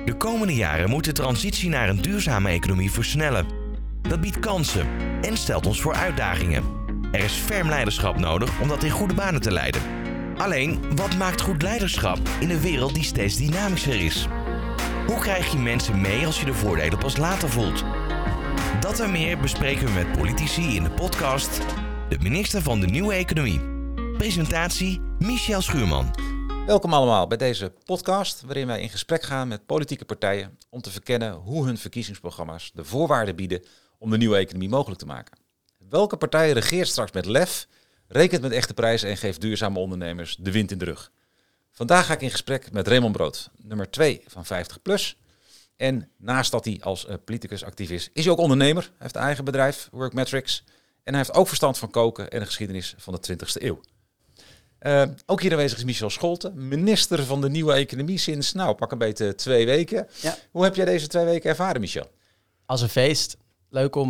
De komende jaren moet de transitie naar een duurzame economie versnellen. Dat biedt kansen en stelt ons voor uitdagingen. Er is ferm leiderschap nodig om dat in goede banen te leiden. Alleen, wat maakt goed leiderschap in een wereld die steeds dynamischer is? Hoe krijg je mensen mee als je de voordelen pas later voelt? Dat en meer bespreken we met politici in de podcast De Minister van de Nieuwe Economie. Presentatie Michel Schuurman. Welkom allemaal bij deze podcast waarin wij in gesprek gaan met politieke partijen om te verkennen hoe hun verkiezingsprogramma's de voorwaarden bieden om de nieuwe economie mogelijk te maken. Welke partij regeert straks met lef, rekent met echte prijzen en geeft duurzame ondernemers de wind in de rug? Vandaag ga ik in gesprek met Raymond Brood, nummer 2 van 50PLUS. En naast dat hij als politicus actief is hij ook ondernemer. Hij heeft een eigen bedrijf, Workmetrics. En hij heeft ook verstand van koken en de geschiedenis van de 20e eeuw. Ook hier aanwezig is Michel Scholten, minister van de Nieuwe Economie sinds, pak een beetje 2 weken. Ja. Hoe heb jij deze 2 weken ervaren, Michel? Als een feest. Leuk om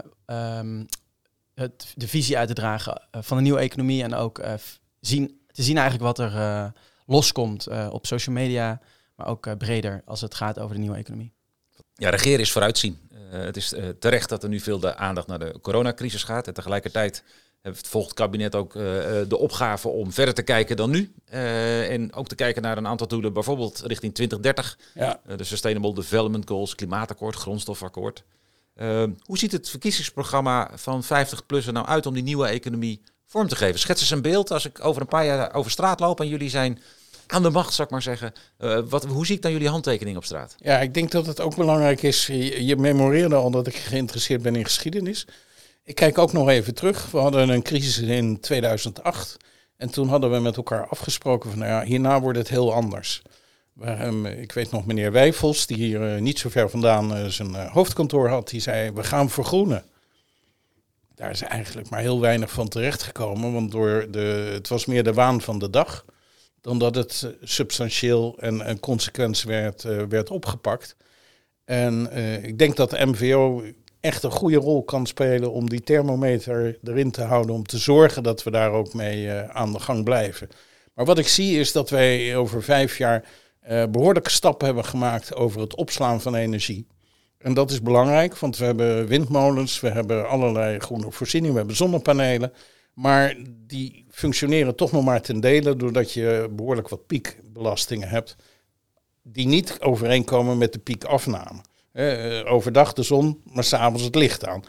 de visie uit te dragen van de nieuwe economie en ook te zien eigenlijk wat er loskomt op social media, maar ook breder als het gaat over de nieuwe economie. Ja, regeren is vooruitzien. Het is terecht dat er nu veel de aandacht naar de coronacrisis gaat en tegelijkertijd volgt het kabinet ook de opgave om verder te kijken dan nu. En ook te kijken naar een aantal doelen, bijvoorbeeld richting 2030. Ja. De Sustainable Development Goals, klimaatakkoord, grondstofakkoord. Hoe ziet het verkiezingsprogramma van 50PLUS er nou uit om die nieuwe economie vorm te geven? Schets eens een beeld als ik over een paar jaar over straat loop en jullie zijn aan de macht, zou ik maar zeggen. Hoe zie ik dan jullie handtekening op straat? Ja, ik denk dat het ook belangrijk is. Je memoreerde al dat ik geïnteresseerd ben in geschiedenis. Ik kijk ook nog even terug. We hadden een crisis in 2008. En toen hadden we met elkaar afgesproken van, hierna wordt het heel anders. Ik weet nog meneer Wijfels, die hier niet zo ver vandaan zijn hoofdkantoor had, die zei, we gaan vergroenen. Daar is eigenlijk maar heel weinig van terechtgekomen, want het was meer de waan van de dag dan dat het substantieel en consequent werd opgepakt. En ik denk dat de MVO echt een goede rol kan spelen om die thermometer erin te houden, om te zorgen dat we daar ook mee aan de gang blijven. Maar wat ik zie is dat wij over 5 jaar behoorlijke stappen hebben gemaakt over het opslaan van energie. En dat is belangrijk, want we hebben windmolens, we hebben allerlei groene voorzieningen, we hebben zonnepanelen. Maar die functioneren toch nog maar ten dele doordat je behoorlijk wat piekbelastingen hebt die niet overeenkomen met de piekafname. Overdag de zon, maar 's avonds het licht aan.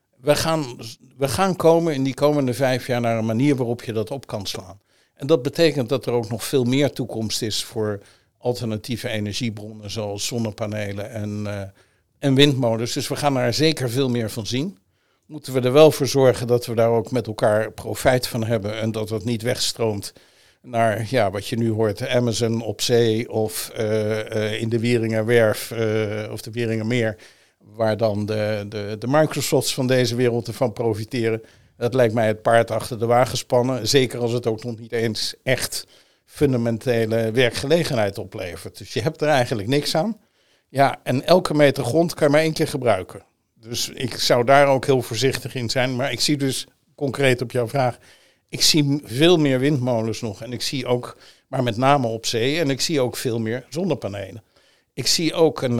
We gaan komen in die komende 5 jaar naar een manier waarop je dat op kan slaan. En dat betekent dat er ook nog veel meer toekomst is voor alternatieve energiebronnen zoals zonnepanelen en windmolens. Dus we gaan daar zeker veel meer van zien. Moeten we er wel voor zorgen dat we daar ook met elkaar profijt van hebben en dat het niet wegstroomt naar wat je nu hoort, Amazon op zee of in de Wieringerwerf of de Wieringermeer, waar dan de Microsofts van deze wereld ervan profiteren. Dat lijkt mij het paard achter de wagen spannen, zeker als het ook nog niet eens echt fundamentele werkgelegenheid oplevert. Dus je hebt er eigenlijk niks aan. Ja, en elke meter grond kan je maar 1 keer gebruiken. Dus ik zou daar ook heel voorzichtig in zijn. Maar ik zie dus, concreet op jouw vraag, ik zie veel meer windmolens nog. En ik zie ook, maar met name op zee, en ik zie ook veel meer zonnepanelen. Ik zie ook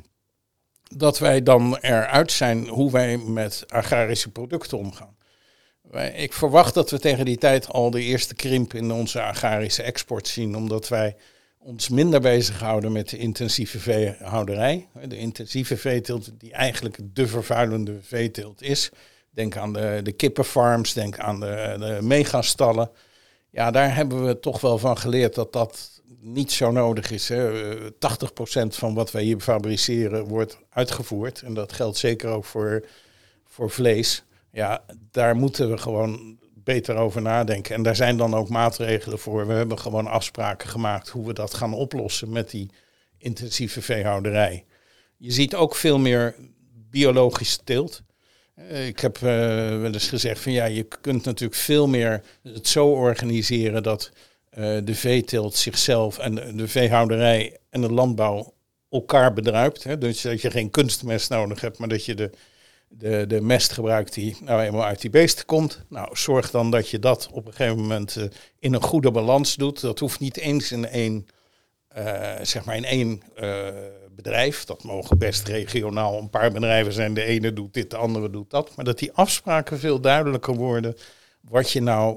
dat wij dan eruit zijn hoe wij met agrarische producten omgaan. Ik verwacht dat we tegen die tijd al de eerste krimp in onze agrarische export zien, omdat wij ons minder bezighouden met de intensieve veehouderij. De intensieve veeteelt die eigenlijk de vervuilende veeteelt is. Denk aan de kippenfarms, denk aan de megastallen. Ja, daar hebben we toch wel van geleerd dat dat niet zo nodig is. 80% van wat wij hier fabriceren wordt uitgevoerd. En dat geldt zeker ook voor vlees. Ja, daar moeten we gewoon beter over nadenken. En daar zijn dan ook maatregelen voor. We hebben gewoon afspraken gemaakt hoe we dat gaan oplossen met die intensieve veehouderij. Je ziet ook veel meer biologische teelt. Ik heb wel eens gezegd van je kunt natuurlijk veel meer het zo organiseren dat de veeteelt zichzelf en de veehouderij en de landbouw elkaar bedruipt. Hè? Dus dat je geen kunstmest nodig hebt, maar dat je de mest gebruikt die nou eenmaal uit die beesten komt. Nou, zorg dan dat je dat op een gegeven moment in een goede balans doet. Dat hoeft niet eens in één bedrijf. Dat mogen best regionaal een paar bedrijven zijn. De ene doet dit, de andere doet dat. Maar dat die afspraken veel duidelijker worden. Wat je nou,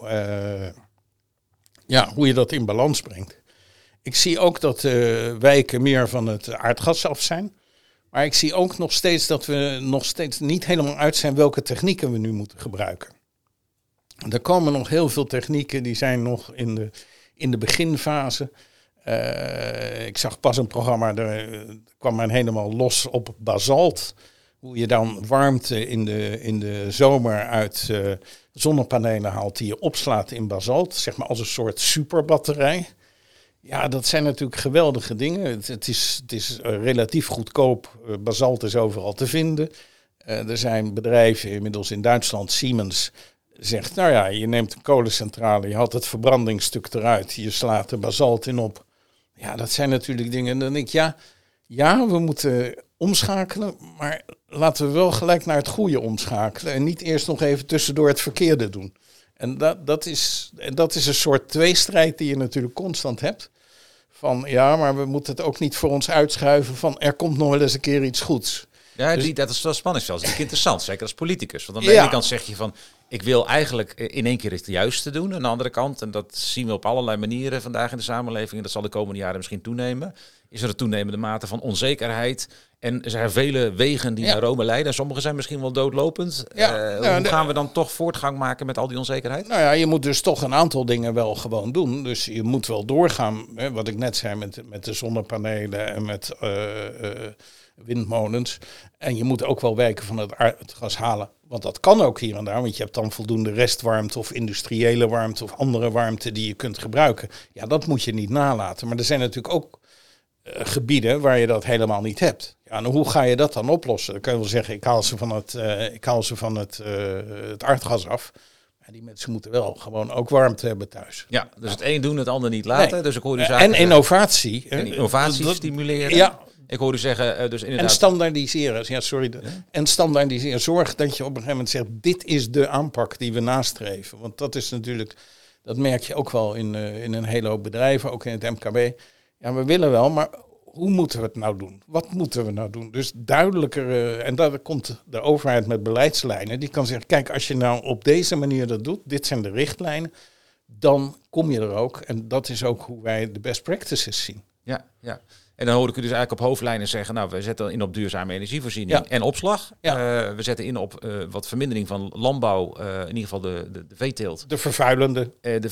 hoe je dat in balans brengt. Ik zie ook dat wijken meer van het aardgas af zijn. Maar ik zie ook nog steeds dat we nog steeds niet helemaal uit zijn welke technieken we nu moeten gebruiken. Er komen nog heel veel technieken die zijn nog in de beginfase. Ik zag pas een programma, daar kwam men helemaal los op basalt. Hoe je dan warmte in de zomer uit zonnepanelen haalt die je opslaat in basalt. Zeg maar als een soort superbatterij. Ja, dat zijn natuurlijk geweldige dingen. Het is relatief goedkoop. Basalt is overal te vinden. Er zijn bedrijven, inmiddels in Duitsland, Siemens, zegt, nou ja, je neemt een kolencentrale, je haalt het verbrandingsstuk eruit, je slaat er basalt in op. Ja, dat zijn natuurlijk dingen. En dan denk ik, ja, we moeten omschakelen, maar laten we wel gelijk naar het goede omschakelen en niet eerst nog even tussendoor het verkeerde doen. En dat is een soort tweestrijd die je natuurlijk constant hebt. Van ja, maar we moeten het ook niet voor ons uitschuiven van er komt nog wel eens een keer iets goeds. Ja, dus dat is wel spanningsveld. Dat is interessant, zeker als politicus. Want aan de ene kant zeg je van, ik wil eigenlijk in één keer het juiste doen. Aan de andere kant, en dat zien we op allerlei manieren vandaag in de samenleving, en dat zal de komende jaren misschien toenemen, is er een toenemende mate van onzekerheid. En er zijn vele wegen die naar Rome leiden. En sommige zijn misschien wel doodlopend. Hoe gaan we dan toch voortgang maken met al die onzekerheid? Nou ja, je moet dus toch een aantal dingen wel gewoon doen. Dus je moet wel doorgaan, wat ik net zei, met de zonnepanelen en met windmolens. En je moet ook wel wijken van het gas halen. Want dat kan ook hier en daar. Want je hebt dan voldoende restwarmte of industriële warmte of andere warmte die je kunt gebruiken. Ja, dat moet je niet nalaten. Maar er zijn natuurlijk ook gebieden waar je dat helemaal niet hebt. Ja, en hoe ga je dat dan oplossen? Dan kun je wel zeggen, ik haal ze van het aardgas af. Maar die mensen moeten wel gewoon ook warmte hebben thuis. Ja, dus het een doen, het ander niet laten. Nee. Dus ik hoor u zeggen, en innovatie. En innovatie stimuleren. Ja. Ik hoor u zeggen, dus inderdaad. En standaardiseren. Ja, sorry. Ja? En standaardiseren. Zorg dat je op een gegeven moment zegt, dit is de aanpak die we nastreven. Want dat is natuurlijk, dat merk je ook wel in een hele hoop bedrijven, ook in het MKB. Ja, we willen wel, maar hoe moeten we het nou doen? Wat moeten we nou doen? Dus duidelijker, en daar komt de overheid met beleidslijnen. Die kan zeggen, kijk, als je nou op deze manier dat doet, dit zijn de richtlijnen, dan kom je er ook. En dat is ook hoe wij de best practices zien. Ja, ja. En dan hoor ik u dus eigenlijk op hoofdlijnen zeggen, nou, we zetten in op duurzame energievoorziening en opslag. Ja. We zetten in op wat vermindering van landbouw, in ieder geval de veeteelt. De vervuilende.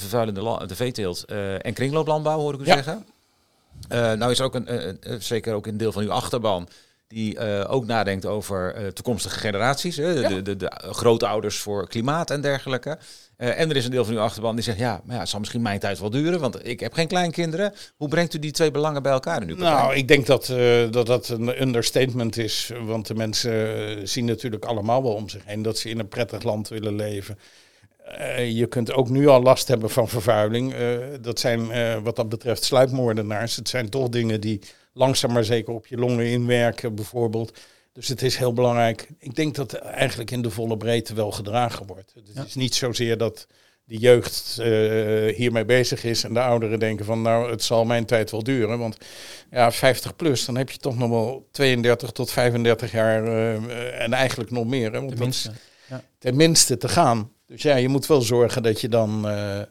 De veeteelt en kringlooplandbouw, hoor ik u zeggen. Nou is er ook zeker ook een deel van uw achterban die ook nadenkt over toekomstige generaties. De grootouders voor klimaat en dergelijke. En er is een deel van uw achterban die zegt, maar het zal misschien mijn tijd wel duren, want ik heb geen kleinkinderen. Hoe brengt u die twee belangen bij elkaar in uw partij? Nou, ik denk dat een understatement is, want de mensen zien natuurlijk allemaal wel om zich heen dat ze in een prettig land willen leven. Je kunt ook nu al last hebben van vervuiling. Dat zijn wat dat betreft sluipmoordenaars. Het zijn toch dingen die langzaam maar zeker op je longen inwerken bijvoorbeeld. Dus het is heel belangrijk. Ik denk dat eigenlijk in de volle breedte wel gedragen wordt. Het is niet zozeer dat de jeugd hiermee bezig is en de ouderen denken van nou, het zal mijn tijd wel duren. Want ja, 50 plus, dan heb je toch nog wel 32 tot 35 jaar en eigenlijk nog meer. Hè, want tenminste te gaan. Dus ja, je moet wel zorgen dat je dan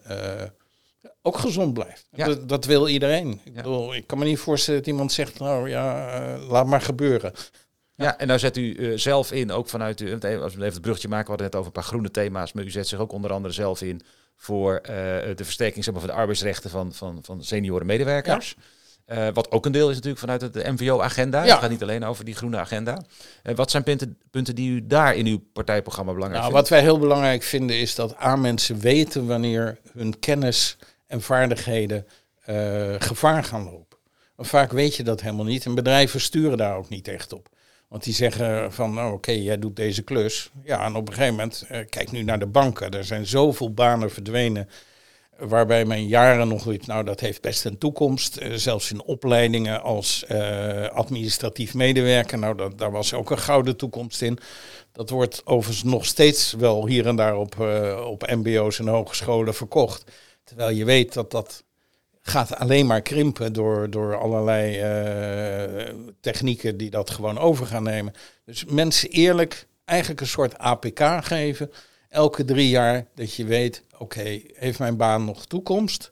ook gezond blijft. Ja. Dat wil iedereen. Ik bedoel, ik kan me niet voorstellen dat iemand zegt, nou ja, laat maar gebeuren. Ja, en nou zet u zelf in, ook vanuit u, als we even het bruggetje maken, we hadden het net over een paar groene thema's, maar u zet zich ook onder andere zelf in voor de versterking, zeg maar, van de arbeidsrechten van senioren medewerkers. Ja. Wat ook een deel is natuurlijk vanuit de MVO-agenda. Ja. Het gaat niet alleen over die groene agenda. Wat zijn punten die u daar in uw partijprogramma belangrijk vindt? Wat wij heel belangrijk vinden is dat mensen weten wanneer hun kennis en vaardigheden gevaar gaan lopen. Maar vaak weet je dat helemaal niet en bedrijven sturen daar ook niet echt op. Want die zeggen van, nou oké, jij doet deze klus. Ja, en op een gegeven moment, kijk nu naar de banken. Er zijn zoveel banen verdwenen, waarbij men jaren nog weet, nou dat heeft best een toekomst. Zelfs in opleidingen als administratief medewerker. Nou, daar was ook een gouden toekomst in. Dat wordt overigens nog steeds wel hier en daar op mbo's en hogescholen verkocht. Terwijl je weet dat gaat alleen maar krimpen door allerlei technieken die dat gewoon over gaan nemen. Dus mensen eerlijk eigenlijk een soort APK geven. Elke 3 jaar dat je weet, oké, heeft mijn baan nog toekomst?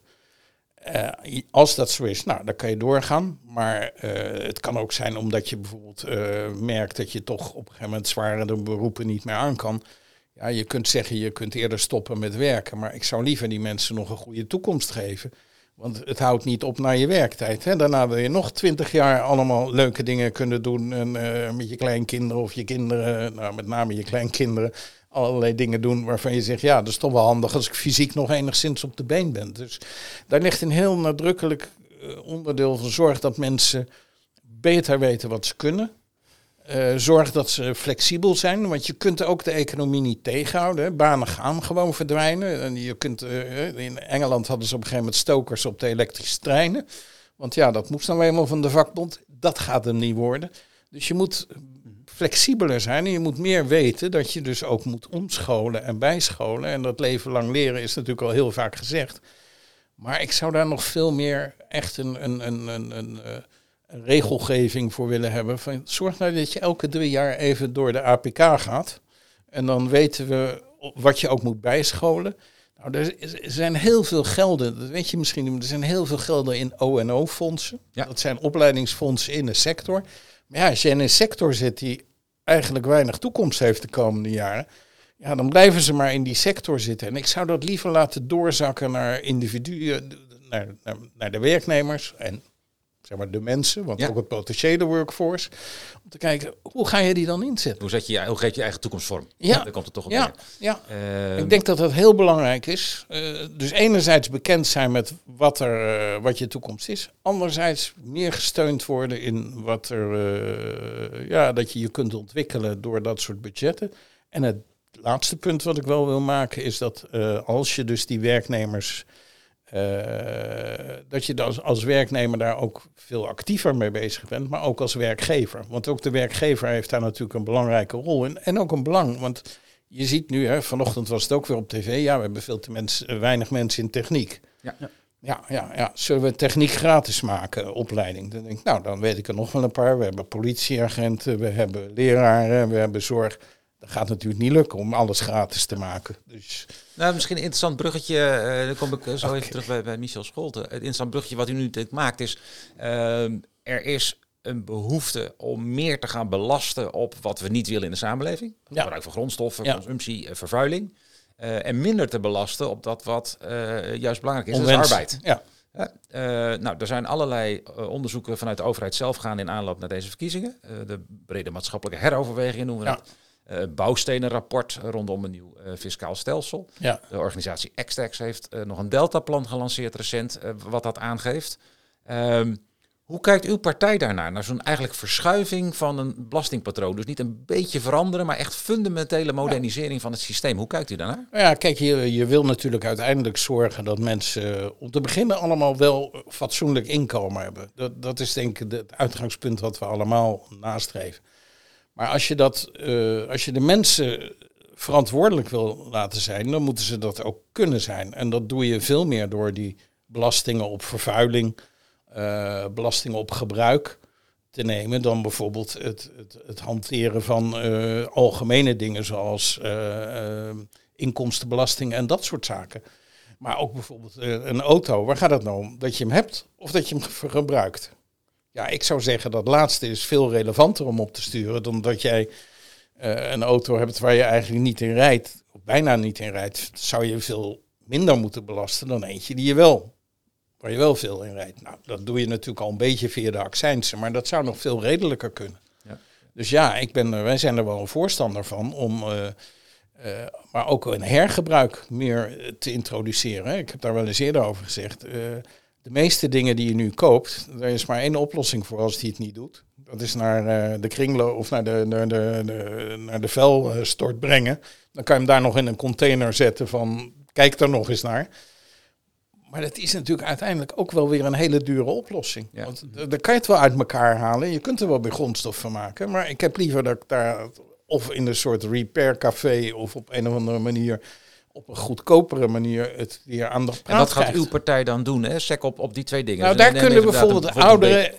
Als dat zo is, nou, dan kan je doorgaan. Maar het kan ook zijn omdat je bijvoorbeeld merkt dat je toch op een gegeven moment zwaardere beroepen niet meer aan kan. Ja, je kunt zeggen, je kunt eerder stoppen met werken. Maar ik zou liever die mensen nog een goede toekomst geven. Want het houdt niet op na je werktijd. Hè? Daarna wil je nog 20 jaar allemaal leuke dingen kunnen doen. En met je kleinkinderen of je kinderen, nou, met name je kleinkinderen, allerlei dingen doen waarvan je zegt, ja, dat is toch wel handig als ik fysiek nog enigszins op de been ben. Dus daar ligt een heel nadrukkelijk onderdeel van zorg dat mensen beter weten wat ze kunnen. Zorg dat ze flexibel zijn, want je kunt ook de economie niet tegenhouden. Hè. Banen gaan gewoon verdwijnen. En je kunt, in Engeland hadden ze op een gegeven moment stokers op de elektrische treinen. Want ja, dat moest dan weer helemaal van de vakbond. Dat gaat hem niet worden. Dus je moet flexibeler zijn en je moet meer weten dat je dus ook moet omscholen en bijscholen. En dat leven lang leren is natuurlijk al heel vaak gezegd. Maar ik zou daar nog veel meer echt een regelgeving voor willen hebben. Van, zorg nou dat je elke 3 jaar even door de APK gaat. En dan weten we wat je ook moet bijscholen. Nou, er zijn heel veel gelden, dat weet je misschien, er zijn heel veel gelden in O&O-fondsen. Ja. Dat zijn opleidingsfondsen in de sector. Maar ja, als je in een sector zit die eigenlijk weinig toekomst heeft de komende jaren, ja, dan blijven ze maar in die sector zitten. En ik zou dat liever laten doorzakken naar individuen, naar de werknemers en zeg maar de mensen, want ook het potentiële workforce, om te kijken, hoe ga je die dan inzetten? Hoe geef je je eigen toekomst vorm? Ja. Daar komt het toch op neer. Ja. Ik denk dat dat heel belangrijk is. Dus enerzijds bekend zijn met wat je toekomst is. Anderzijds meer gesteund worden in wat dat je je kunt ontwikkelen door dat soort budgetten. En het laatste punt wat ik wel wil maken is dat als je dus die werknemers dat je als werknemer daar ook veel actiever mee bezig bent, maar ook als werkgever. Want ook de werkgever heeft daar natuurlijk een belangrijke rol in. En ook een belang, want je ziet nu, vanochtend was het ook weer op tv, ja, we hebben veel te weinig mensen in techniek. Ja. Zullen we techniek gratis maken, opleiding? Dan denk ik, nou, dan weet ik er nog wel een paar. We hebben politieagenten, we hebben leraren, we hebben zorg. Dat gaat natuurlijk niet lukken om alles gratis te maken. Dus nou, misschien een interessant bruggetje. Dan kom ik zo even terug bij Michel Scholten. Het interessant bruggetje wat u nu maakt is, er is een behoefte om meer te gaan belasten op wat we niet willen in de samenleving. Gebruik van grondstoffen, consumptie, vervuiling. En minder te belasten op dat wat juist belangrijk is, dat is arbeid. Ja. Nou, er zijn allerlei onderzoeken vanuit de overheid zelf gaan in aanloop naar deze verkiezingen. De brede maatschappelijke heroverwegingen noemen we dat. Bouwstenenrapport rondom een nieuw fiscaal stelsel. Ja. De organisatie Extex heeft nog een deltaplan gelanceerd recent, wat dat aangeeft. Hoe kijkt uw partij daarnaar? Naar zo'n eigenlijk verschuiving van een belastingpatroon. Dus niet een beetje veranderen, maar echt fundamentele modernisering van het systeem. Hoe kijkt u daarnaar? Ja, kijk, je wil natuurlijk uiteindelijk zorgen dat mensen om te beginnen allemaal wel fatsoenlijk inkomen hebben. Dat is denk ik het uitgangspunt wat we allemaal nastreven. Maar als je de mensen verantwoordelijk wil laten zijn, dan moeten ze dat ook kunnen zijn. En dat doe je veel meer door die belastingen op vervuiling, belastingen op gebruik te nemen dan bijvoorbeeld het hanteren van algemene dingen zoals inkomstenbelasting en dat soort zaken. Maar ook bijvoorbeeld een auto, waar gaat het nou om? Dat je hem hebt of dat je hem gebruikt? Ja, ik zou zeggen dat laatste is veel relevanter om op te sturen dan dat jij een auto hebt waar je eigenlijk niet in rijdt, of bijna niet in rijdt. Zou je veel minder moeten belasten dan eentje waar je wel veel in rijdt. Nou, dat doe je natuurlijk al een beetje via de accijnsen, maar dat zou nog veel redelijker kunnen. Ja. Dus ja, wij zijn er wel een voorstander van om maar ook een hergebruik meer te introduceren. Ik heb daar wel eens eerder over gezegd. De meeste dingen die je nu koopt, er is maar één oplossing voor als die het niet doet. Dat is naar de kringloop of naar de vuilstort brengen. Dan kan je hem daar nog in een container zetten van, kijk er nog eens naar. Maar dat is natuurlijk uiteindelijk ook wel weer een hele dure oplossing. Ja. Want daar kan je het wel uit elkaar halen. Je kunt er wel weer grondstof van maken. Maar ik heb liever dat ik daar of in een soort repair café of op een of andere manier op een goedkopere manier het weer aan de praat En wat gaat krijgt. uw partij dan doen, hè? Sec op die twee dingen. Nou, Dus daar neem kunnen inderdaad bijvoorbeeld ouderen,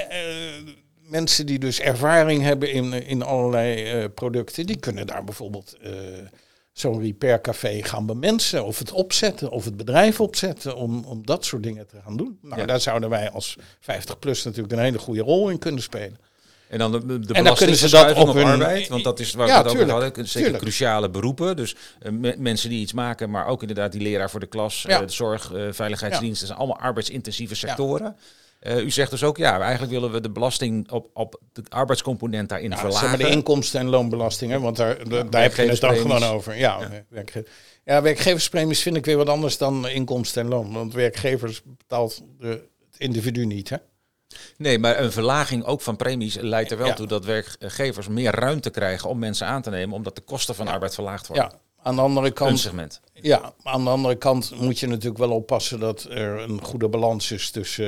mensen die dus ervaring hebben in allerlei producten, die kunnen daar bijvoorbeeld zo'n repaircafé gaan bemensen, of het opzetten, of het bedrijf opzetten, om dat soort dingen te gaan doen. Nou, daar zouden wij als 50PLUS natuurlijk een hele goede rol in kunnen spelen. En dan de En dan kunnen ze dat belastingverschuiving op op hun arbeid, want dat is waar we Ja, het ook over tuurlijk, hadden. Zeker tuurlijk. cruciale beroepen. Dus mensen die iets maken, maar ook inderdaad die leraar voor de klas, Ja. de zorg, veiligheidsdiensten, dat zijn allemaal arbeidsintensieve sectoren. U zegt dus ook, ja, eigenlijk willen we de belasting op de arbeidscomponent daarin Ja, verlagen. zeg maar de inkomsten- en loonbelastingen, want daar heb je het dan werkgeverspremies. gewoon over. Ja, werkgeverspremies vind ik weer wat anders dan inkomsten en loon. Want werkgevers betaalt het individu niet, hè? Nee, maar een verlaging ook van premies leidt er wel Ja. toe dat werkgevers meer ruimte krijgen om mensen aan te nemen, omdat de kosten van arbeid verlaagd worden. Ja, aan de andere Een kant... segment. Ja, aan de andere kant moet je natuurlijk wel oppassen dat er een goede balans is tussen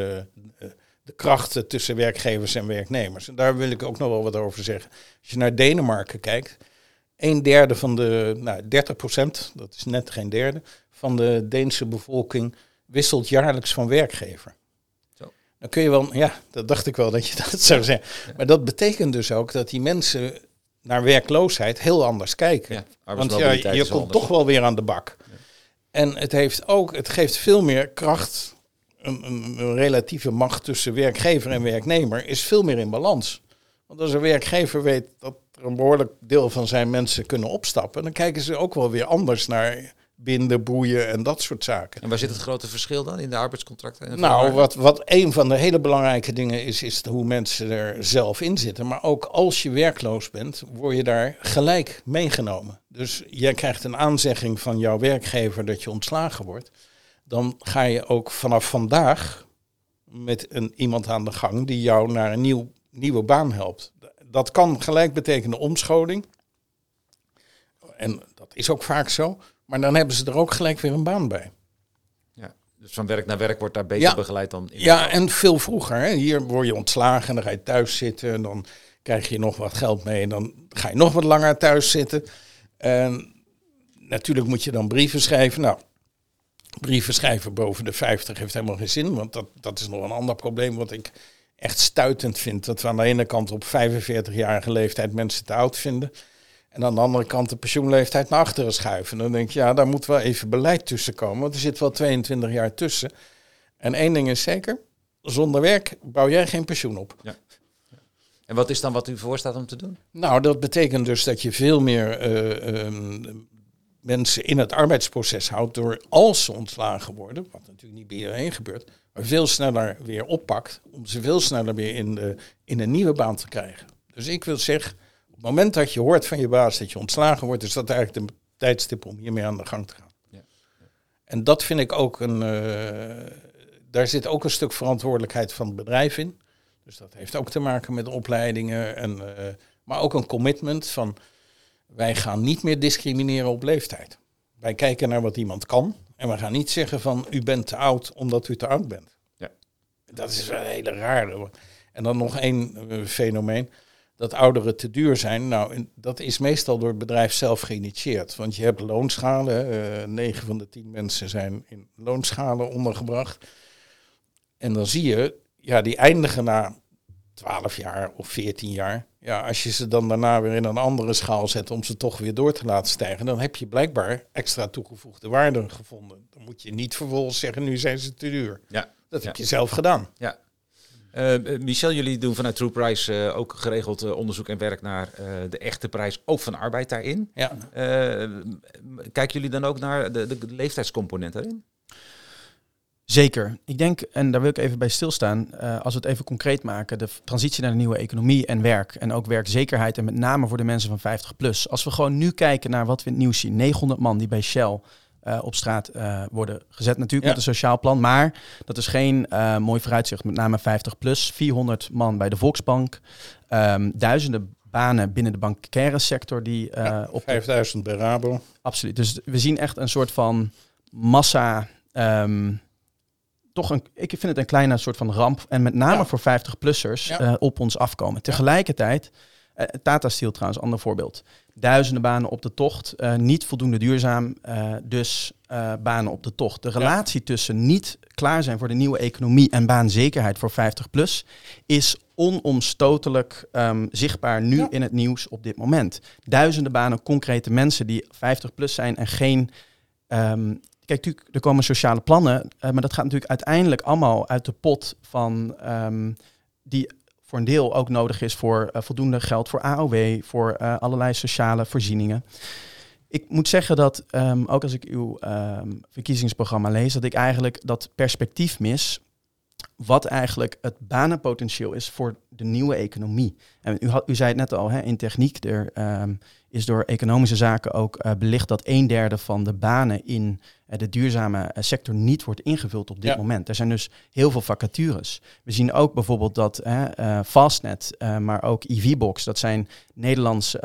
de krachten tussen werkgevers en werknemers. En daar wil ik ook nog wel wat over zeggen. Als je naar Denemarken kijkt, 1/3 van de, 30%, dat is net geen derde, van de Deense bevolking wisselt jaarlijks van werkgever. Zo. Dan kun je wel, ja, dat dacht ik wel dat je dat zou zeggen. Ja. Maar dat betekent dus ook dat die mensen naar werkloosheid heel anders kijken. Ja, Want arbeidsmobiliteit je is komt anders. toch wel weer aan de bak. Ja. En het geeft veel meer kracht. Een relatieve macht tussen werkgever en werknemer is veel meer in balans. Want als een werkgever weet dat er een behoorlijk deel van zijn mensen kunnen opstappen, dan kijken ze ook wel weer anders naar binden, boeien en dat soort zaken. En waar zit het grote verschil dan in de arbeidscontracten? En Nou, wat een van de hele belangrijke dingen is hoe mensen er zelf in zitten. Maar ook als je werkloos bent, word je daar gelijk meegenomen. Dus jij krijgt een aanzegging van jouw werkgever dat je ontslagen wordt. Dan ga je ook vanaf vandaag met iemand aan de gang die jou naar een nieuwe baan helpt. Dat kan gelijk betekenen omscholing. En dat is ook vaak zo. Maar dan hebben ze er ook gelijk weer een baan bij. Ja, dus van werk naar werk wordt daar beter begeleid dan in Ja, en veel vroeger. Hè. Hier word je ontslagen en dan ga je thuis zitten. En dan krijg je nog wat geld mee. En dan ga je nog wat langer thuis zitten. En natuurlijk moet je dan brieven schrijven. Nou, brieven schrijven boven de 50 heeft helemaal geen zin. Want dat is nog een ander probleem wat ik echt stuitend vind. Dat we aan de ene kant op 45-jarige leeftijd mensen te oud vinden. En aan de andere kant de pensioenleeftijd naar achteren schuiven. Dan denk je, ja, daar moet wel even beleid tussen komen. Want er zit wel 22 jaar tussen. En één ding is zeker, zonder werk bouw jij geen pensioen op. Ja. En wat is dan wat u voorstaat om te doen? Nou, dat betekent dus dat je veel meer mensen in het arbeidsproces houdt door als ze ontslagen worden, wat natuurlijk niet bij iedereen gebeurt, maar veel sneller weer oppakt om ze veel sneller weer in een nieuwe baan te krijgen. Dus ik wil zeggen, op het moment dat je hoort van je baas dat je ontslagen wordt, is dat eigenlijk de tijdstip om hiermee aan de gang te gaan. Ja. Ja. En dat vind ik ook daar zit ook een stuk verantwoordelijkheid van het bedrijf in. Dus dat heeft ook te maken met opleidingen, maar ook een commitment van wij gaan niet meer discrimineren op leeftijd. Wij kijken naar wat iemand kan en we gaan niet zeggen van u bent te oud omdat u te oud bent. Ja. Dat is wel een hele rare. En dan nog één fenomeen, dat ouderen te duur zijn. Nou, dat is meestal door het bedrijf zelf geïnitieerd. Want je hebt loonschalen, 9 van de 10 mensen zijn in loonschalen ondergebracht. En dan zie je, ja, die eindigen na 12 jaar of 14 jaar. Ja, als je ze dan daarna weer in een andere schaal zet om ze toch weer door te laten stijgen, dan heb je blijkbaar extra toegevoegde waarde gevonden. Dan moet je niet vervolgens zeggen, nu zijn ze te duur. Ja. Dat heb je zelf gedaan. Ja. Michel, jullie doen vanuit True Price ook geregeld onderzoek en werk naar de echte prijs, ook van arbeid daarin. Ja. Kijken jullie dan ook naar de leeftijdscomponent daarin? Zeker. Ik denk, en daar wil ik even bij stilstaan, als we het even concreet maken, de transitie naar de nieuwe economie en werk en ook werkzekerheid en met name voor de mensen van 50 plus. Als we gewoon nu kijken naar wat we in het nieuws zien, 900 man die bij Shell op straat worden gezet natuurlijk met een sociaal plan, maar dat is geen mooi vooruitzicht, met name 50 plus, 400 man bij de Volksbank, duizenden banen binnen de bankaire sector die op 5000 bij Rabo. Absoluut. Dus we zien echt een soort van massa. Ik vind het een kleine soort van ramp. En met name voor 50-plussers op ons afkomen. Tegelijkertijd, Tata Steel trouwens, ander voorbeeld. duizenden banen op de tocht, niet voldoende duurzaam, dus banen op de tocht. De relatie tussen niet klaar zijn voor de nieuwe economie en baanzekerheid voor 50PLUS is onomstotelijk zichtbaar nu in het nieuws op dit moment. Duizenden banen, concrete mensen die 50PLUS zijn en geen... Kijk, natuurlijk, er komen sociale plannen, maar dat gaat natuurlijk uiteindelijk allemaal uit de pot van die voor een deel ook nodig is voor voldoende geld voor AOW, voor allerlei sociale voorzieningen. Ik moet zeggen dat, ook als ik uw verkiezingsprogramma lees, dat ik eigenlijk dat perspectief mis, wat eigenlijk het banenpotentieel is voor de nieuwe economie. En u zei het net al, in techniek, er is door economische zaken ook belicht dat 1/3 van de banen in de duurzame sector niet wordt ingevuld op dit moment. Er zijn dus heel veel vacatures. We zien ook bijvoorbeeld dat Fastnet, maar ook EVBox, dat zijn Nederlandse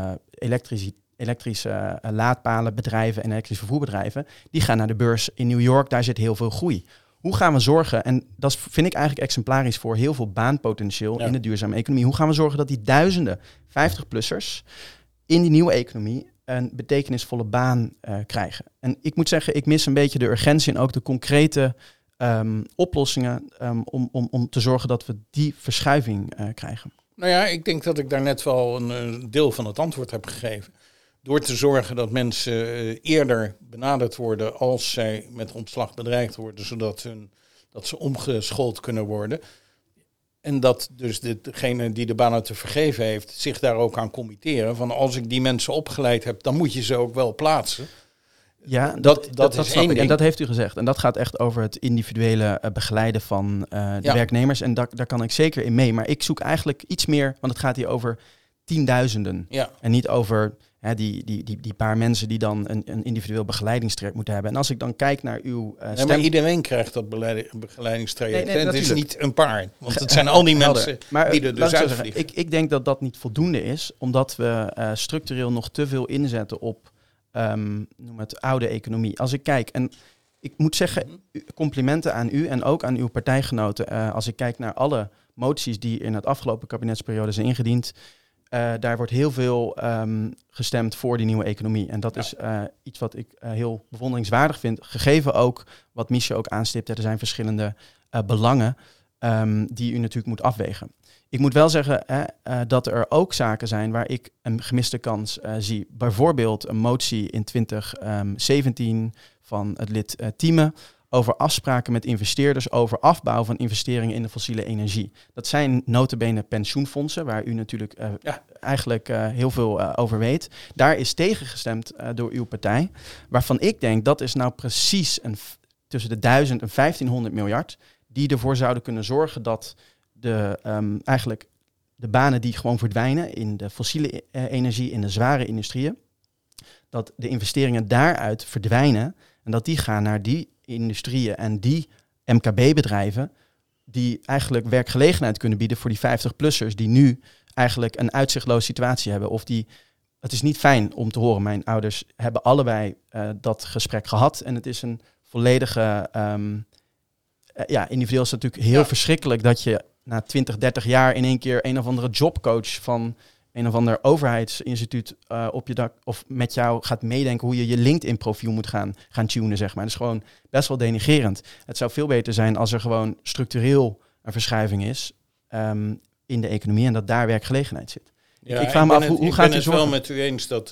elektrische laadpalenbedrijven en elektrische vervoerbedrijven, die gaan naar de beurs in New York, daar zit heel veel groei. Hoe gaan we zorgen, en dat vind ik eigenlijk exemplarisch voor heel veel baanpotentieel in de duurzame economie. Hoe gaan we zorgen dat die duizenden 50-plussers in die nieuwe economie een betekenisvolle baan krijgen? En ik moet zeggen, ik mis een beetje de urgentie en ook de concrete oplossingen om te zorgen dat we die verschuiving krijgen. Nou ja, ik denk dat ik daar net wel een deel van het antwoord heb gegeven. Door te zorgen dat mensen eerder benaderd worden als zij met ontslag bedreigd worden, zodat dat ze omgeschoold kunnen worden. En dat dus degene die de baan te vergeven heeft zich daar ook aan committeren. Van als ik die mensen opgeleid heb, dan moet je ze ook wel plaatsen. Ja, dat is één ding. En dat heeft u gezegd. En dat gaat echt over het individuele begeleiden van de werknemers. En daar kan ik zeker in mee. Maar ik zoek eigenlijk iets meer, want het gaat hier over tienduizenden. Ja. En niet over die paar mensen die dan een individueel begeleidingstraject moeten hebben. En als ik dan kijk naar uw stem... Maar iedereen krijgt dat begeleidingstraject. Nee, het is niet een paar. Want het zijn al die mensen die er dus uitvliegen. Ik denk dat dat niet voldoende is, omdat we structureel nog te veel inzetten op noem het oude economie. Als ik kijk, en ik moet zeggen, complimenten aan u en ook aan uw partijgenoten. Als ik kijk naar alle moties die in het afgelopen kabinetsperiode zijn ingediend, daar wordt heel veel gestemd voor die nieuwe economie. En dat is iets wat ik heel bewonderingswaardig vind. Gegeven ook wat Miesje ook aanstipt. Er zijn verschillende belangen die u natuurlijk moet afwegen. Ik moet wel zeggen dat er ook zaken zijn waar ik een gemiste kans zie. Bijvoorbeeld een motie in 2017 van het lid Thieme over afspraken met investeerders over afbouw van investeringen in de fossiele energie. Dat zijn nota bene pensioenfondsen, waar u natuurlijk eigenlijk heel veel over weet. Daar is tegengestemd door uw partij, waarvan ik denk dat is nou precies tussen de 1000 en 1500 miljard... die ervoor zouden kunnen zorgen dat eigenlijk de banen die gewoon verdwijnen in de fossiele energie, in de zware industrieën, dat de investeringen daaruit verdwijnen en dat die gaan naar die industrieën en die MKB-bedrijven die eigenlijk werkgelegenheid kunnen bieden voor die 50-plussers die nu eigenlijk een uitzichtloze situatie hebben. Of het is niet fijn om te horen. Mijn ouders hebben allebei dat gesprek gehad en het is een volledige... individueel is het natuurlijk heel verschrikkelijk dat je na 20, 30 jaar in één keer een of andere jobcoach van een of ander overheidsinstituut op je dak of met jou gaat meedenken hoe je je LinkedIn-profiel moet gaan tunen, zeg maar. Dat is gewoon best wel denigrerend. Het zou veel beter zijn als er gewoon structureel een verschuiving is in de economie en dat daar werkgelegenheid zit. Ja, ik vraag me af, hoe gaat u zorgen? Ik ben het wel met u eens dat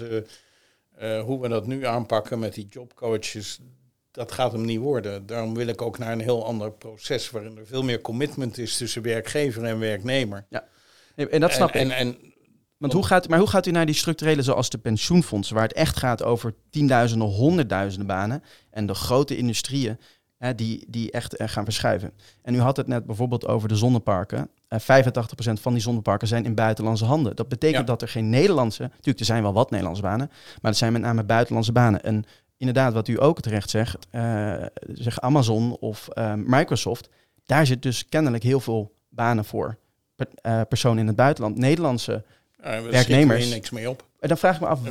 hoe we dat nu aanpakken met die jobcoaches, dat gaat hem niet worden. Daarom wil ik ook naar een heel ander proces waarin er veel meer commitment is tussen werkgever en werknemer. Ja, en dat snap ik. Want hoe gaat u naar die structurele zoals de pensioenfondsen, waar het echt gaat over tienduizenden, honderdduizenden banen en de grote industrieën die echt gaan verschuiven. En u had het net bijvoorbeeld over de zonneparken. 85% van die zonneparken zijn in buitenlandse handen. Dat betekent dat er geen Nederlandse, natuurlijk er zijn wel wat Nederlandse banen, maar het zijn met name buitenlandse banen. En inderdaad, wat u ook terecht zegt, zeg Amazon of Microsoft, daar zit dus kennelijk heel veel banen voor personen in het buitenland. Nederlandse werknemers. Er niks mee op. En dan vraag ik me af,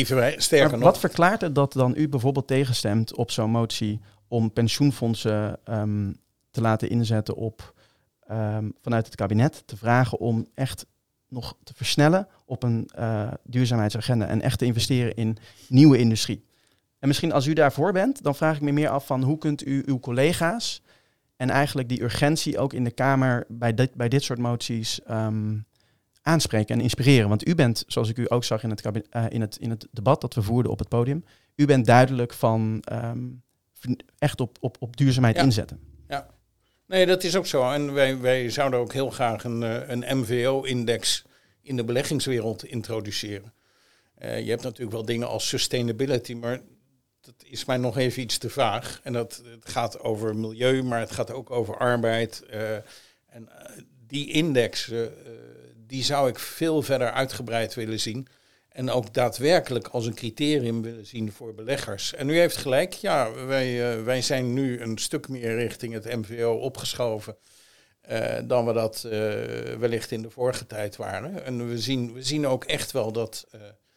wat verklaart het dat dan u bijvoorbeeld tegenstemt op zo'n motie om pensioenfondsen te laten inzetten op vanuit het kabinet te vragen om echt nog te versnellen op een duurzaamheidsagenda en echt te investeren in nieuwe industrie. En misschien als u daarvoor bent, dan vraag ik me meer af van hoe kunt u uw collega's en eigenlijk die urgentie ook in de Kamer bij dit soort moties aanspreken en inspireren. Want u bent, zoals ik u ook zag in het debat dat we voerden op het podium, u bent duidelijk van echt op duurzaamheid inzetten. Ja, nee, dat is ook zo. En wij zouden ook heel graag een MVO-index in de beleggingswereld introduceren. Je hebt natuurlijk wel dingen als sustainability, maar dat is mij nog even iets te vaag. En het gaat over milieu, maar het gaat ook over arbeid. Die index, die zou ik veel verder uitgebreid willen zien. En ook daadwerkelijk als een criterium willen zien voor beleggers. En u heeft gelijk, ja, wij zijn nu een stuk meer richting het MVO opgeschoven dan we dat wellicht in de vorige tijd waren. En we zien ook echt wel dat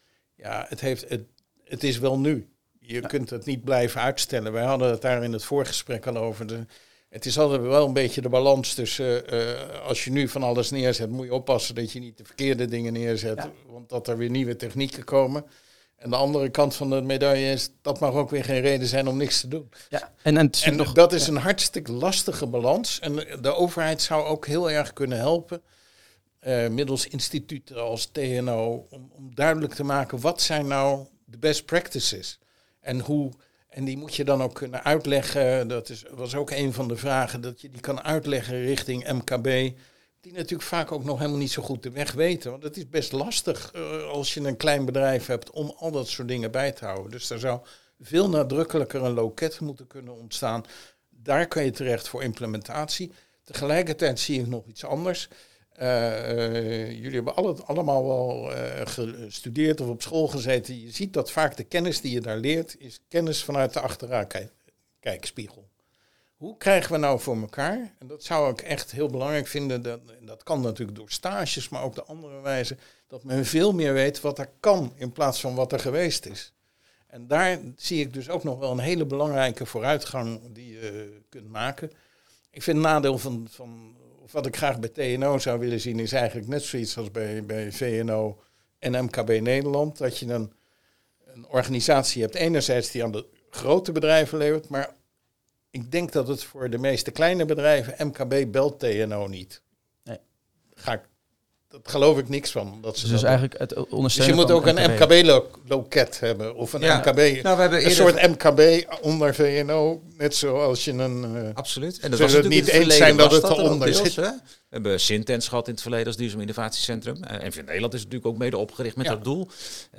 het is wel nu. Je kunt het niet blijven uitstellen. Wij hadden het daar in het voorgesprek al over. Het is altijd wel een beetje de balans tussen als je nu van alles neerzet, moet je oppassen dat je niet de verkeerde dingen neerzet. Ja. Want dat er weer nieuwe technieken komen. En de andere kant van de medaille is, dat mag ook weer geen reden zijn om niks te doen. Ja. En dat is een hartstikke lastige balans. En de overheid zou ook heel erg kunnen helpen, middels instituten als TNO, om duidelijk te maken wat zijn nou de best practices. En hoe. En die moet je dan ook kunnen uitleggen. Was ook een van de vragen, dat je die kan uitleggen richting MKB. Die natuurlijk vaak ook nog helemaal niet zo goed de weg weten. Want het is best lastig als je een klein bedrijf hebt om al dat soort dingen bij te houden. Dus daar zou veel nadrukkelijker een loket moeten kunnen ontstaan. Daar kan je terecht voor implementatie. Tegelijkertijd zie ik nog iets anders. Jullie hebben allemaal wel gestudeerd of op school gezeten. Je ziet dat vaak de kennis die je daar leert, is kennis vanuit de achteruitkijkspiegel. Hoe krijgen we nou voor elkaar? En dat zou ik echt heel belangrijk vinden. Dat kan natuurlijk door stages, maar ook de andere wijze. Dat men veel meer weet wat er kan in plaats van wat er geweest is. En daar zie ik dus ook nog wel een hele belangrijke vooruitgang die je kunt maken. Ik vind het nadeel van wat ik graag bij TNO zou willen zien, is eigenlijk net zoiets als bij VNO en MKB Nederland. Dat je een organisatie hebt, enerzijds die aan de grote bedrijven levert, maar ik denk dat het voor de meeste kleine bedrijven, MKB belt TNO niet. Nee. Dat geloof ik niks van. Dus eigenlijk het ondersteunen. Dus je moet ook een MKB-loket hebben. Of een MKB. Nou, we hebben een soort MKB onder VNO. Net zoals je een. Absoluut. En dat was het niet eens zijn dat het eronder zit. We hebben Sintens gehad in het verleden als duurzaam innovatiecentrum. En in Nederland is het natuurlijk ook mede opgericht met dat doel.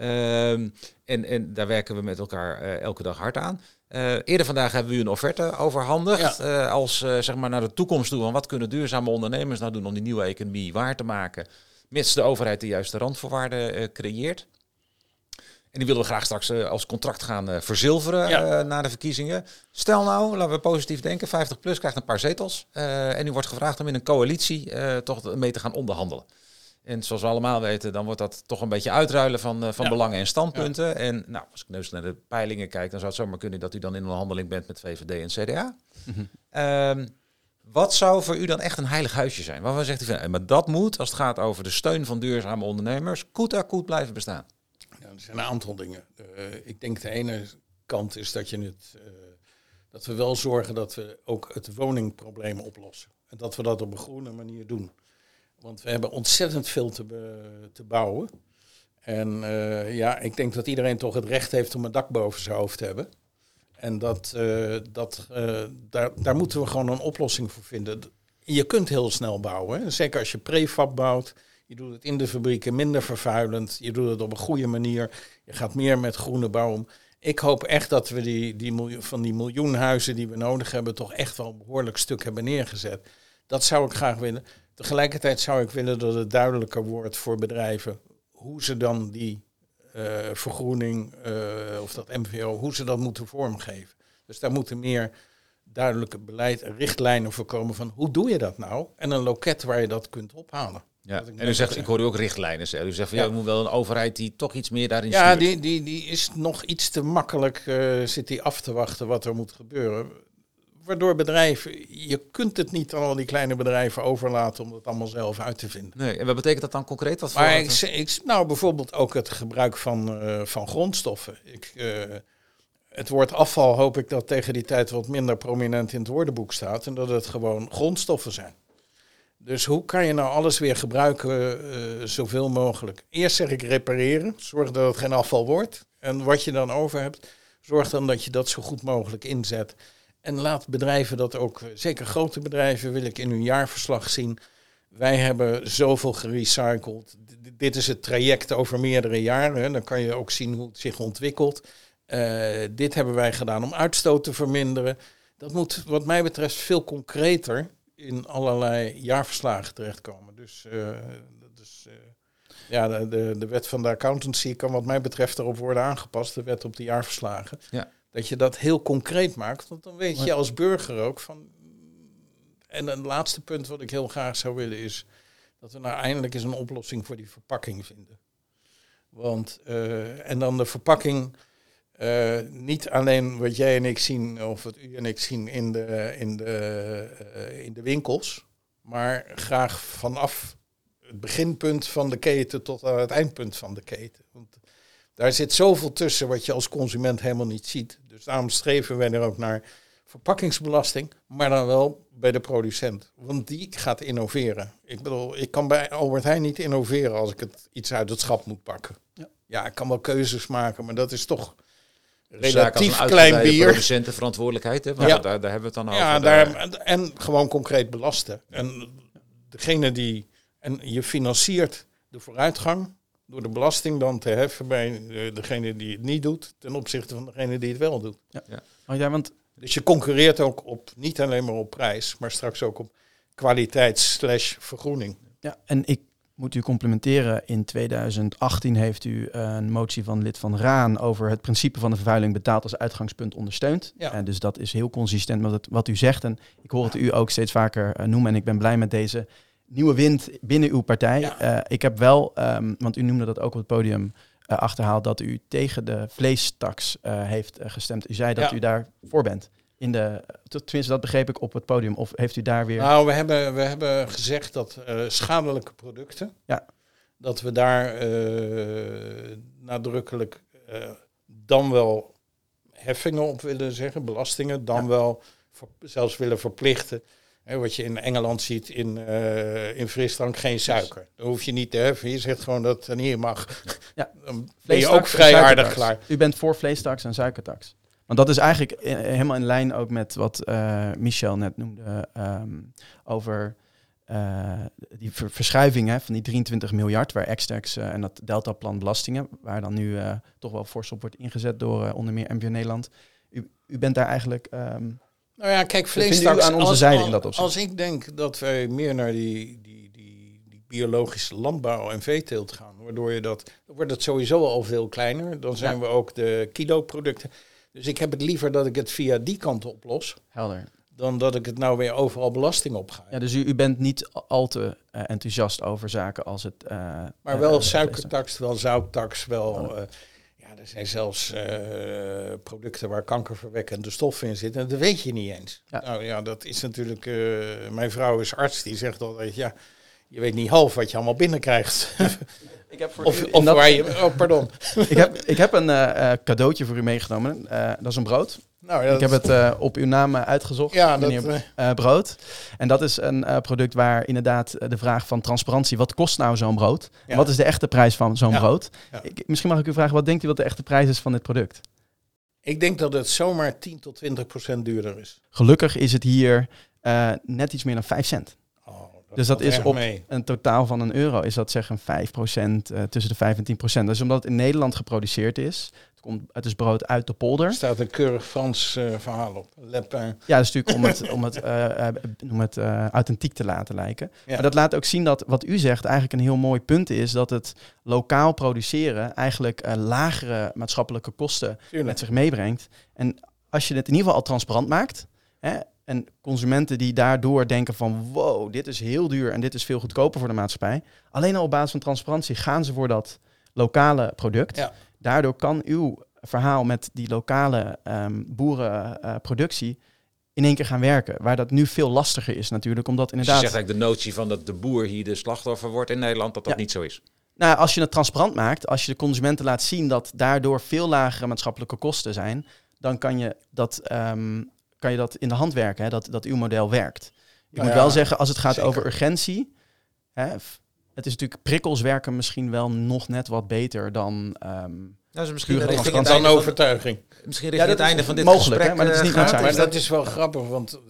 En daar werken we met elkaar elke dag hard aan. Eerder vandaag hebben we u een offerte overhandigd. Als zeg maar naar de toekomst toe. Van wat kunnen duurzame ondernemers nou doen om die nieuwe economie waar te maken. Mits de overheid de juiste randvoorwaarden creëert. En die willen we graag straks als contract gaan verzilveren na de verkiezingen. Stel nou, laten we positief denken, 50PLUS krijgt een paar zetels. En u wordt gevraagd om in een coalitie toch mee te gaan onderhandelen. En zoals we allemaal weten, dan wordt dat toch een beetje uitruilen van belangen en standpunten. Ja. En nou, als ik neus naar de peilingen kijk, dan zou het zomaar kunnen dat u dan in onderhandeling bent met VVD en CDA. Mm-hmm. Wat zou voor u dan echt een heilig huisje zijn? Waarvan zegt u van, maar dat moet, als het gaat over de steun van duurzame ondernemers, koet blijven bestaan? Ja, er zijn een aantal dingen. Ik denk de ene kant is dat dat we wel zorgen dat we ook het woningprobleem oplossen. En dat we dat op een groene manier doen. Want we hebben ontzettend veel te bouwen. En ik denk dat iedereen toch het recht heeft om een dak boven zijn hoofd te hebben. En daar moeten we gewoon een oplossing voor vinden. Je kunt heel snel bouwen. Hè? Zeker als je prefab bouwt. Je doet het in de fabrieken minder vervuilend. Je doet het op een goede manier. Je gaat meer met groene bouw om. Ik hoop echt dat we die miljoen huizen die we nodig hebben toch echt wel een behoorlijk stuk hebben neergezet. Dat zou ik graag willen. Tegelijkertijd zou ik willen dat het duidelijker wordt voor bedrijven hoe ze dan die vergroening of dat MVO, hoe ze dat moeten vormgeven. Dus daar moeten meer duidelijke beleid en richtlijnen voor komen van hoe doe je dat nou? En een loket waar je dat kunt ophalen. Ja. En u zegt, ik hoor u ook richtlijnen zeggen. U zegt van, je moet wel een overheid die toch iets meer daarin stuurt. Ja, die is nog iets te makkelijk, zit die af te wachten wat er moet gebeuren. waardoor bedrijven, je kunt het niet aan al die kleine bedrijven overlaten om het allemaal zelf uit te vinden. Nee, en wat betekent dat dan concreet? Wat Maar nou, bijvoorbeeld ook het gebruik van grondstoffen. Het woord afval hoop ik dat tegen die tijd wat minder prominent in het woordenboek staat en dat het gewoon grondstoffen zijn. Dus hoe kan je nou alles weer gebruiken zoveel mogelijk? Eerst zeg ik repareren, zorg dat het geen afval wordt. En wat je dan over hebt, zorg dan dat je dat zo goed mogelijk inzet. En laat bedrijven dat ook, zeker grote bedrijven wil ik in hun jaarverslag zien. Wij hebben zoveel gerecycled. Dit is het traject over meerdere jaren. Dan kan je ook zien hoe het zich ontwikkelt. Dit hebben wij gedaan om uitstoot te verminderen. Dat moet wat mij betreft veel concreter in allerlei jaarverslagen terechtkomen. Dus de wet van de accountancy kan wat mij betreft erop worden aangepast. De wet op de jaarverslagen. Ja. Dat je dat heel concreet maakt. Want dan weet je als burger ook van... En een laatste punt wat ik heel graag zou willen is... dat we nou eindelijk eens een oplossing voor die verpakking vinden. Want, en dan de verpakking... niet alleen wat jij en ik zien, of wat u en ik zien in de winkels, maar graag vanaf het beginpunt van de keten tot aan het eindpunt van de keten. Want daar zit zoveel tussen wat je als consument helemaal niet ziet. Dus daarom streven wij er ook naar verpakkingsbelasting, maar dan wel bij de producent. Want die gaat innoveren. Ik bedoel, ik kan bij Albert Heijn niet innoveren als ik iets uit het schap moet pakken. Ja, ik kan wel keuzes maken, maar dat is toch... relatief klein bier. Producentenverantwoordelijkheid, hè? Want daar hebben we het dan over. Ja, en gewoon concreet belasten. En degene die... En je financiert de vooruitgang door de belasting dan te heffen bij degene die het niet doet, ten opzichte van degene die het wel doet. Ja, want... Dus je concurreert ook op, niet alleen maar op prijs, maar straks ook op kwaliteit/vergroening. Ja, en ik moet u complimenteren. In 2018 heeft u een motie van lid van Raan over het principe van de vervuiling betaald als uitgangspunt ondersteund. Ja. En dus dat is heel consistent met wat u zegt. En ik hoor het u ook steeds vaker noemen. En ik ben blij met deze nieuwe wind binnen uw partij. Ja. Ik heb wel, want u noemde dat ook op het podium, achterhaald dat u tegen de vleestaks heeft gestemd. U zei dat u daarvoor bent. Tenminste, dat begreep ik op het podium. Of heeft u daar weer... Nou, we hebben gezegd dat schadelijke producten... Ja. Dat we daar nadrukkelijk dan wel heffingen op willen zeggen, belastingen, dan wel zelfs willen verplichten. Wat je in Engeland ziet in frisdrank, geen suiker. Dan hoef je niet te heffen. Je zegt gewoon dat het niet mag. Ja. Dan ben je ook vrij aardig klaar. U bent voor vleestaks en suikertaks. Want dat is eigenlijk helemaal in lijn ook met wat Michel net noemde over die verschuiving van die 23 miljard, waar Extex en dat Deltaplan belastingen, waar dan nu toch wel fors op wordt ingezet door onder meer MVO Nederland. U bent daar eigenlijk... nou ja, kijk, vleestaks aan onze zijde in dat opzicht. Als ik denk dat wij meer naar die biologische landbouw en veeteelt gaan, waardoor dan wordt het sowieso al veel kleiner. Dan zijn we ook de kiloproducten. Dus ik heb het liever dat ik het via die kant oplos. Helder. Dan dat ik het nou weer overal belasting op ga. Ja, dus u bent niet al te enthousiast over zaken als het... maar wel suikertax, wel zouttax, wel... er zijn zelfs producten waar kankerverwekkende stoffen in zitten. En dat weet je niet eens. Ja. Nou ja, dat is natuurlijk... mijn vrouw is arts, die zegt altijd... ja, je weet niet half wat je allemaal binnenkrijgt. Ik heb voor waar je... Oh, pardon. Ik heb een cadeautje voor u meegenomen. Dat is een brood. Nou, ik heb het op uw naam uitgezocht, meneer Brood. En dat is een product waar inderdaad de vraag van transparantie... wat kost nou zo'n brood? Ja. Wat is de echte prijs van zo'n brood? Ja. Misschien mag ik u vragen, wat denkt u wat de echte prijs is van dit product? Ik denk dat het zomaar 10 tot 20% duurder is. Gelukkig is het hier net iets meer dan 5 cent. Dus dat is op een totaal van €1, is dat zeggen 5%, tussen de 5 en 10%. Dus omdat het in Nederland geproduceerd is, het is brood uit de polder. Er staat een keurig Frans verhaal op. Lepin. Ja, dat is natuurlijk om het authentiek te laten lijken. Ja. Maar dat laat ook zien dat wat u zegt eigenlijk een heel mooi punt is, dat het lokaal produceren eigenlijk lagere maatschappelijke kosten met zich meebrengt. En als je het in ieder geval al transparant maakt, en consumenten die daardoor denken van wow, dit is heel duur en dit is veel goedkoper voor de maatschappij. Alleen al op basis van transparantie gaan ze voor dat lokale product. Ja. Daardoor kan uw verhaal met die lokale boerenproductie in één keer gaan werken. Waar dat nu veel lastiger is natuurlijk, omdat Dus inderdaad... je zegt eigenlijk de notie van dat de boer hier de slachtoffer wordt in Nederland, dat niet zo is. Nou, als je het transparant maakt, als je de consumenten laat zien dat daardoor veel lagere maatschappelijke kosten zijn, dan kan je dat in de hand werken, hè, dat uw model werkt. Ik moet wel zeggen, als het gaat over urgentie, hè, het is natuurlijk, prikkels werken misschien wel nog net wat beter dan... Dus misschien dan overtuiging. Misschien richting het einde van dit mogelijk, gesprek. Hè, maar dat is niet noodzakelijk. Maar dat is wel grappig, want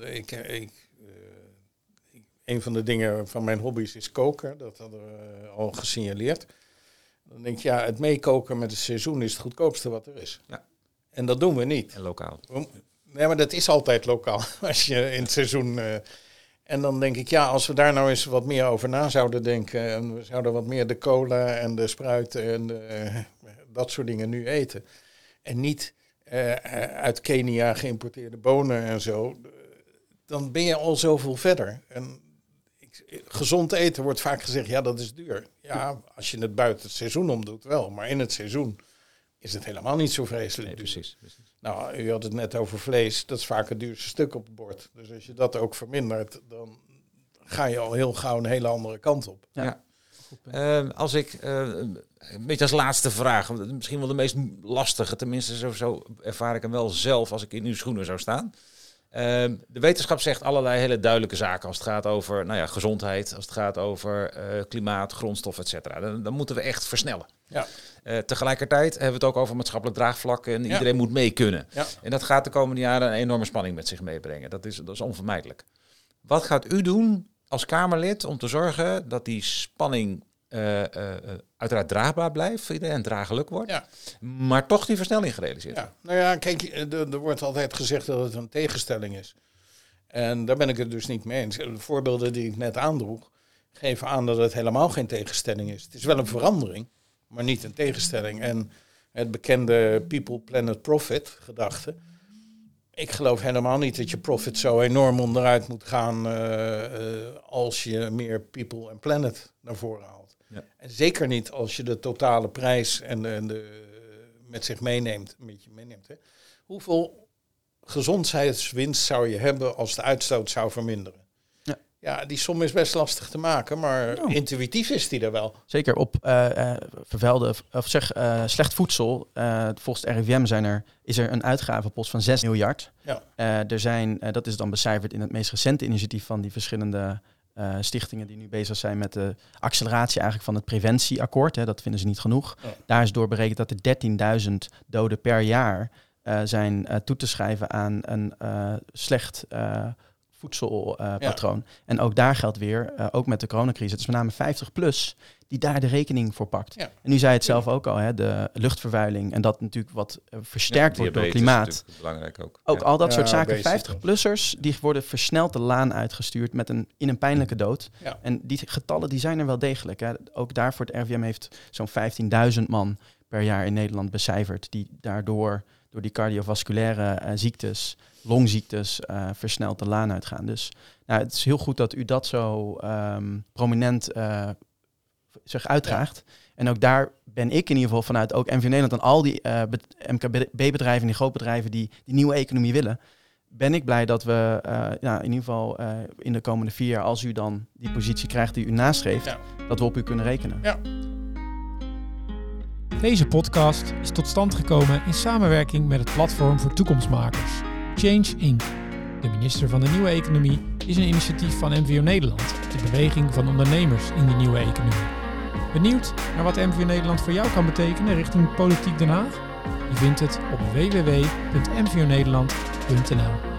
een van de dingen van mijn hobby's is koken. Dat hadden we al gesignaleerd. Dan denk je, het meekoken met het seizoen is het goedkoopste wat er is. Ja. En dat doen we niet. En lokaal. Nee, maar dat is altijd lokaal. Als je in het seizoen... En dan denk ik, als we daar nou eens wat meer over na zouden denken... en we zouden wat meer de cola en de spruiten en dat soort dingen nu eten... en niet uit Kenia geïmporteerde bonen en zo... dan ben je al zoveel verder. En gezond eten wordt vaak gezegd, dat is duur. Ja, als je het buiten het seizoen omdoet wel. Maar in het seizoen is het helemaal niet zo vreselijk duur. Precies. Nou, u had het net over vlees. Dat is vaak het duurste stuk op het bord. Dus als je dat ook vermindert, dan ga je al heel gauw een hele andere kant op. Ja. Als ik, een beetje als laatste vraag, misschien wel de meest lastige, tenminste zo ervaar ik hem wel zelf als ik in uw schoenen zou staan. De wetenschap zegt allerlei hele duidelijke zaken als het gaat over gezondheid, als het gaat over klimaat, grondstof, et cetera. Dan moeten we echt versnellen. Ja. Tegelijkertijd hebben we het ook over maatschappelijk draagvlak en iedereen moet mee kunnen. Ja. En dat gaat de komende jaren een enorme spanning met zich meebrengen. Dat is onvermijdelijk. Wat gaat u doen als Kamerlid om te zorgen dat die spanning uiteraard draagbaar blijft voor iedereen en draaglijk wordt, maar toch die versnelling gerealiseerd wordt? Ja. Nou ja, kijk, er wordt altijd gezegd dat het een tegenstelling is. En daar ben ik het dus niet mee eens. De voorbeelden die ik net aandroeg geven aan dat het helemaal geen tegenstelling is. Het is wel een verandering, maar niet een tegenstelling. En het bekende people, planet, profit gedachte. Ik geloof helemaal niet dat je profit zo enorm onderuit moet gaan als je meer people en planet naar voren haalt. Ja. En zeker niet als je de totale prijs en de met zich meeneemt. Hè. Hoeveel gezondheidswinst zou je hebben als de uitstoot zou verminderen? Ja, die som is best lastig te maken, maar intuïtief is die er wel. Zeker op slecht voedsel. Volgens het RIVM is er een uitgavenpost van 6 miljard. Ja. Dat is dan becijferd in het meest recente initiatief van die verschillende stichtingen die nu bezig zijn met de acceleratie eigenlijk van het preventieakkoord. Hè, dat vinden ze niet genoeg. Ja. Daar is door berekend dat er 13.000 doden per jaar zijn toe te schrijven aan een slecht voedselpatroon. Ja. En ook daar geldt weer, ook met de coronacrisis, het is met name 50+ die daar de rekening voor pakt. Ja. En nu zei het zelf ook al, hè, de luchtvervuiling en dat natuurlijk wat versterkt wordt door klimaat. Belangrijk ook. Ook al dat soort zaken. 50-plussers die worden versneld de laan uitgestuurd in een pijnlijke dood. Ja. En die getallen die zijn er wel degelijk. Hè. Ook daarvoor het RIVM heeft zo'n 15.000 man per jaar in Nederland becijferd die daardoor door die cardiovasculaire ziektes, longziektes, versneld de laan uitgaan. Dus het is heel goed dat u dat zo prominent uitdraagt. Ja. En ook daar ben ik in ieder geval vanuit ook NVO Nederland en al die MKB-bedrijven, die grootbedrijven die nieuwe economie willen, ben ik blij dat we in ieder geval in de komende 4 jaar, als u dan die positie krijgt die u nastreeft, dat we op u kunnen rekenen. Ja. Deze podcast is tot stand gekomen in samenwerking met het Platform voor Toekomstmakers, Change Inc. De minister van de Nieuwe Economie is een initiatief van NVO Nederland, de beweging van ondernemers in de nieuwe economie. Benieuwd naar wat NVO Nederland voor jou kan betekenen richting Politiek Den Haag? Je vindt het op www.nvonederland.nl.